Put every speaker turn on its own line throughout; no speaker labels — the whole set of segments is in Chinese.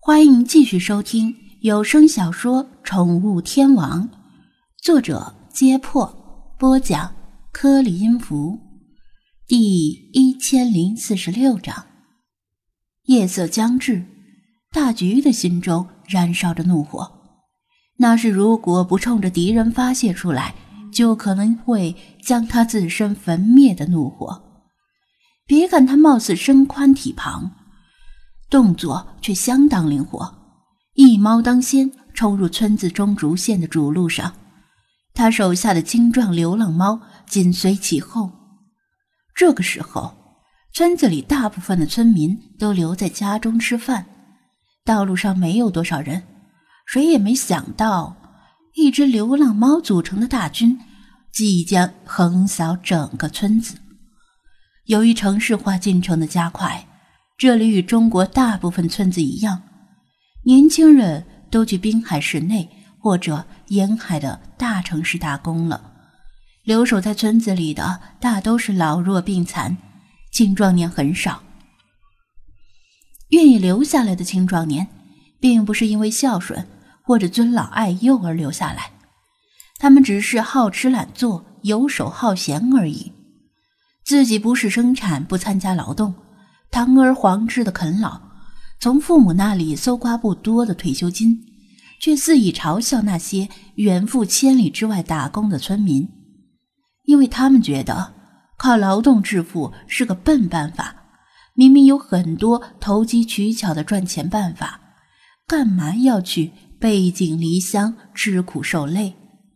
欢迎继续收听有声小说《宠物天王》，作者揭破，播讲柯里音符，第1046章。夜色将至，大橘的心中燃烧着怒火，那是如果不冲着敌人发泄出来，就可能会将他自身焚灭的怒火。别看他貌似身宽体庞，动作却相当灵活，一猫当先冲入村子中轴线的主路上，他手下的精壮流浪猫紧随其后。这个时候，村子里大部分的村民都留在家中吃饭，道路上没有多少人，谁也没想到一只流浪猫组成的大军即将横扫整个村子。由于城市化进程的加快，这里与中国大部分村子一样，年轻人都去滨海市内或者沿海的大城市打工了，留守在村子里的大都是老弱病残，青壮年很少。愿意留下来的青壮年并不是因为孝顺或者尊老爱幼而留下来，他们只是好吃懒做，游手好闲而已。自己不是生产，不参加劳动，堂而皇之的啃老，从父母那里搜刮不多的退休金，却肆意嘲笑那些远赴千里之外打工的村民，因为他们觉得靠劳动致富是个笨办法，明明有很多投机取巧的赚钱办法，干嘛要去背井离乡吃苦受累？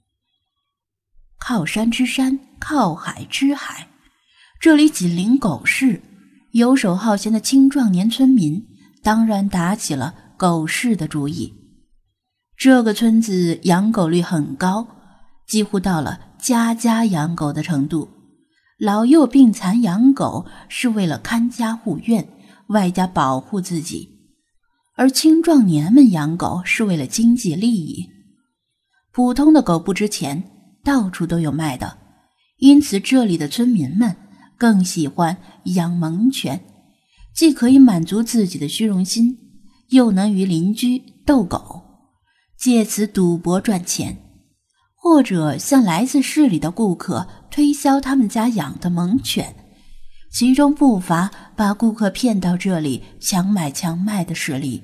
靠山吃山，靠海吃海，这里紧邻狗市，游手好闲的青壮年村民当然打起了狗市的主意。这个村子养狗率很高，几乎到了家家养狗的程度。老幼病残养狗是为了看家护院，外加保护自己，而青壮年们养狗是为了经济利益。普通的狗不值钱，到处都有卖的，因此这里的村民们更喜欢养猛犬，既可以满足自己的虚荣心，又能与邻居斗狗，借此赌博赚钱，或者向来自市里的顾客推销他们家养的猛犬，其中不乏把顾客骗到这里强买强卖的实力。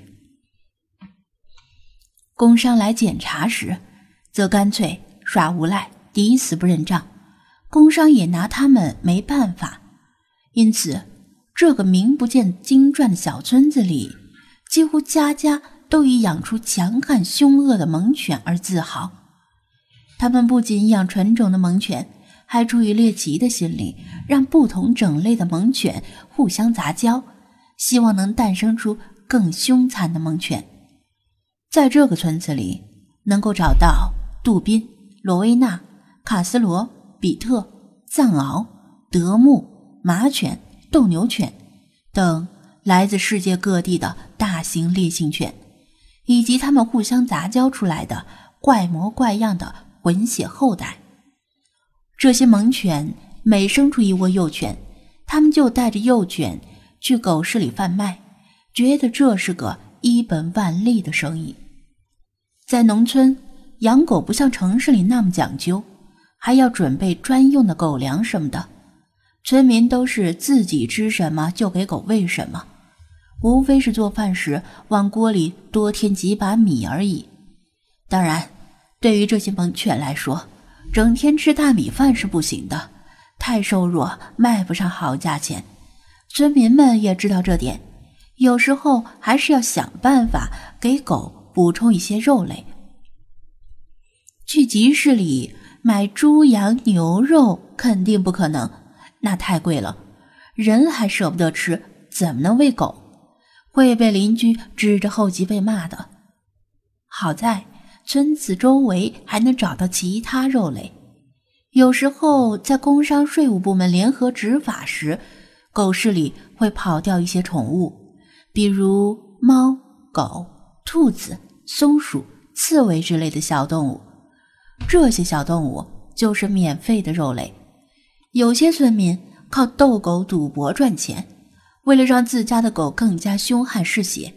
工商来检查时，则干脆耍无赖，抵死不认账，工商也拿他们没办法。因此这个名不见经传的小村子里，几乎家家都以养出强悍凶恶的猛犬而自豪。他们不仅养纯种的猛犬，还出于猎奇的心理，让不同种类的猛犬互相杂交，希望能诞生出更凶残的猛犬。在这个村子里，能够找到杜宾、罗威纳、卡斯罗、比特、藏獒、德牧、马犬、斗牛犬等来自世界各地的大型烈性犬，以及它们互相杂交出来的怪模怪样的混血后代。这些猛犬每生出一窝幼犬，他们就带着幼犬去狗市里贩卖，觉得这是个一本万利的生意。在农村，养狗不像城市里那么讲究，还要准备专用的狗粮什么的，村民都是自己吃什么就给狗喂什么，无非是做饭时往锅里多添几把米而已。当然，对于这些猛犬来说，整天吃大米饭是不行的，太瘦弱，卖不上好价钱。村民们也知道这点，有时候还是要想办法给狗补充一些肉类。去集市里买猪羊牛肉肯定不可能，那太贵了，人还舍不得吃，怎么能喂狗？会被邻居指着后脊背骂的。好在村子周围还能找到其他肉类，有时候在工商税务部门联合执法时，狗市里会跑掉一些宠物，比如猫、狗、兔子、松鼠、刺猬之类的小动物。这些小动物就是免费的肉类。有些村民靠斗狗赌博赚钱，为了让自家的狗更加凶悍嗜血，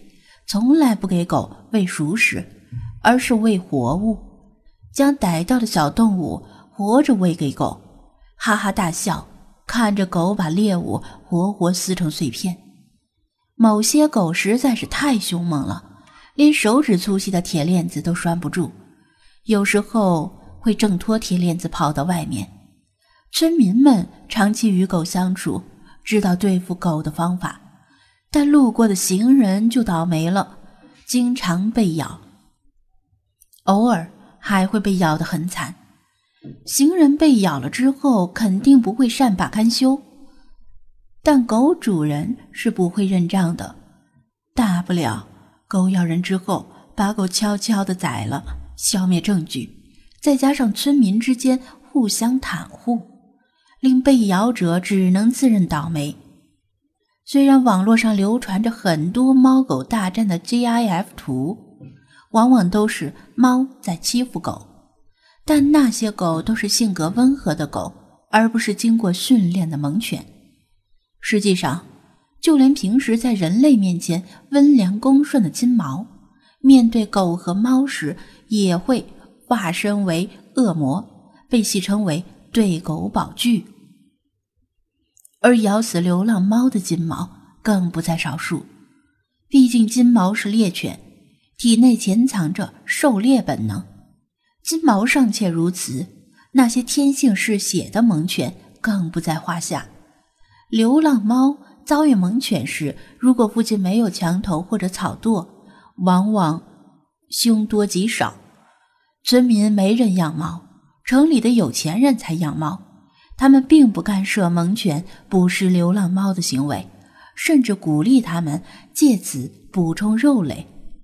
从来不给狗喂熟食，而是喂活物，将逮到的小动物活着喂给狗，哈哈大笑，看着狗把猎物活活撕成碎片。某些狗实在是太凶猛了，连手指粗细的铁链子都拴不住，有时候会挣脱铁链子跑到外面。村民们长期与狗相处，知道对付狗的方法，但路过的行人就倒霉了，经常被咬，偶尔还会被咬得很惨。行人被咬了之后肯定不会善罢甘休，但狗主人是不会认账的，大不了狗咬人之后把狗悄悄地宰了，消灭证据，再加上村民之间互相袒护，令被咬者只能自认倒霉。虽然网络上流传着很多猫狗大战的 GIF 图，往往都是猫在欺负狗，但那些狗都是性格温和的狗，而不是经过训练的猛犬。实际上，就连平时在人类面前温良恭顺的金毛，面对狗和猫时也会化身为恶魔，被戏称为对狗宝具。而咬死流浪猫的金毛更不在少数，毕竟金毛是猎犬，体内潜藏着狩猎本能。金毛尚且如此，那些天性嗜血的猛犬更不在话下。流浪猫遭遇猛犬时，如果附近没有墙头或者草垛，往往凶多吉少。村民没人养猫，城里的有钱人才养猫，他们并不干涉猛犬捕食流浪猫的行为，甚至鼓励他们借此补充肉类。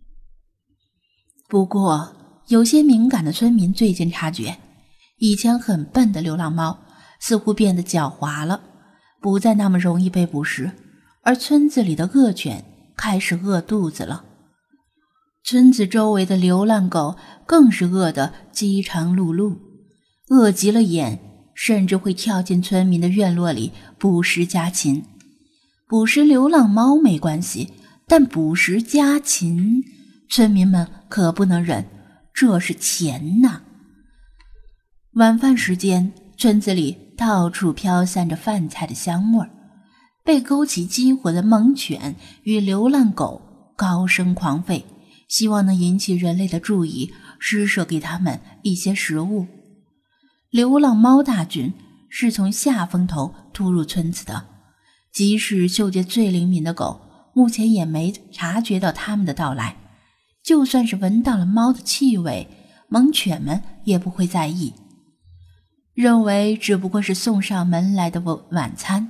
不过，有些敏感的村民最近察觉，以前很笨的流浪猫似乎变得狡猾了，不再那么容易被捕食，而村子里的恶犬开始饿肚子了。村子周围的流浪狗更是饿得饥肠辘辘，饿急了眼，甚至会跳进村民的院落里捕食家禽。捕食流浪猫没关系，但捕食家禽，村民们可不能忍，这是钱呐！晚饭时间，村子里到处飘散着饭菜的香味儿，被勾起激火的猛犬与流浪狗高声狂吠，希望能引起人类的注意，施舍给他们一些食物。流浪猫大军是从下风头突入村子的，即使嗅觉最灵敏的狗，目前也没察觉到他们的到来。就算是闻到了猫的气味，猛犬们也不会在意，认为只不过是送上门来的晚餐。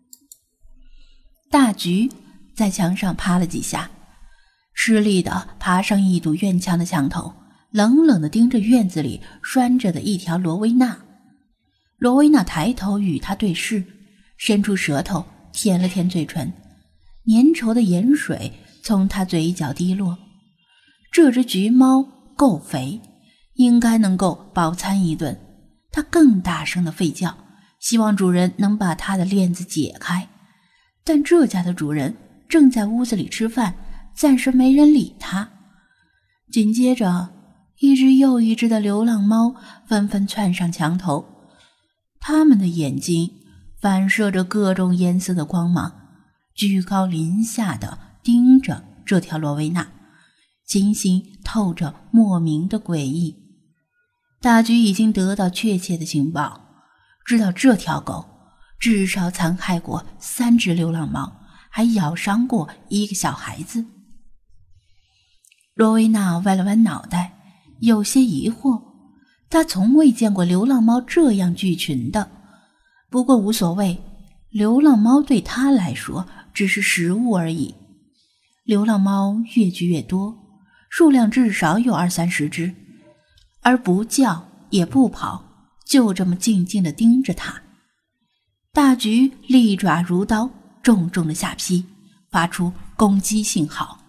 大橘在墙上趴了几下，吃力地爬上一堵院墙的墙头，冷冷地盯着院子里拴着的一条罗威纳。罗威纳抬头与他对视，伸出舌头舔了舔嘴唇，粘稠的盐水从他嘴角滴落。这只橘猫够肥，应该能够饱餐一顿。它更大声地吠叫，希望主人能把它的链子解开。但这家的主人正在屋子里吃饭，暂时没人理它。紧接着，一只又一只的流浪猫纷纷窜上墙头，它们的眼睛反射着各种颜色的光芒，居高临下地盯着这条罗威纳，情形透着莫名的诡异。大橘已经得到确切的情报，知道这条狗至少残害过3只流浪猫，还咬伤过一个小孩子。罗威纳歪了弯脑袋，有些疑惑，他从未见过流浪猫这样聚群的。不过无所谓，流浪猫对他来说只是食物而已。流浪猫越聚越多，数量至少有20-30只，而不叫也不跑，就这么静静地盯着他。大橘利爪如刀，重重的下劈，发出攻击信号。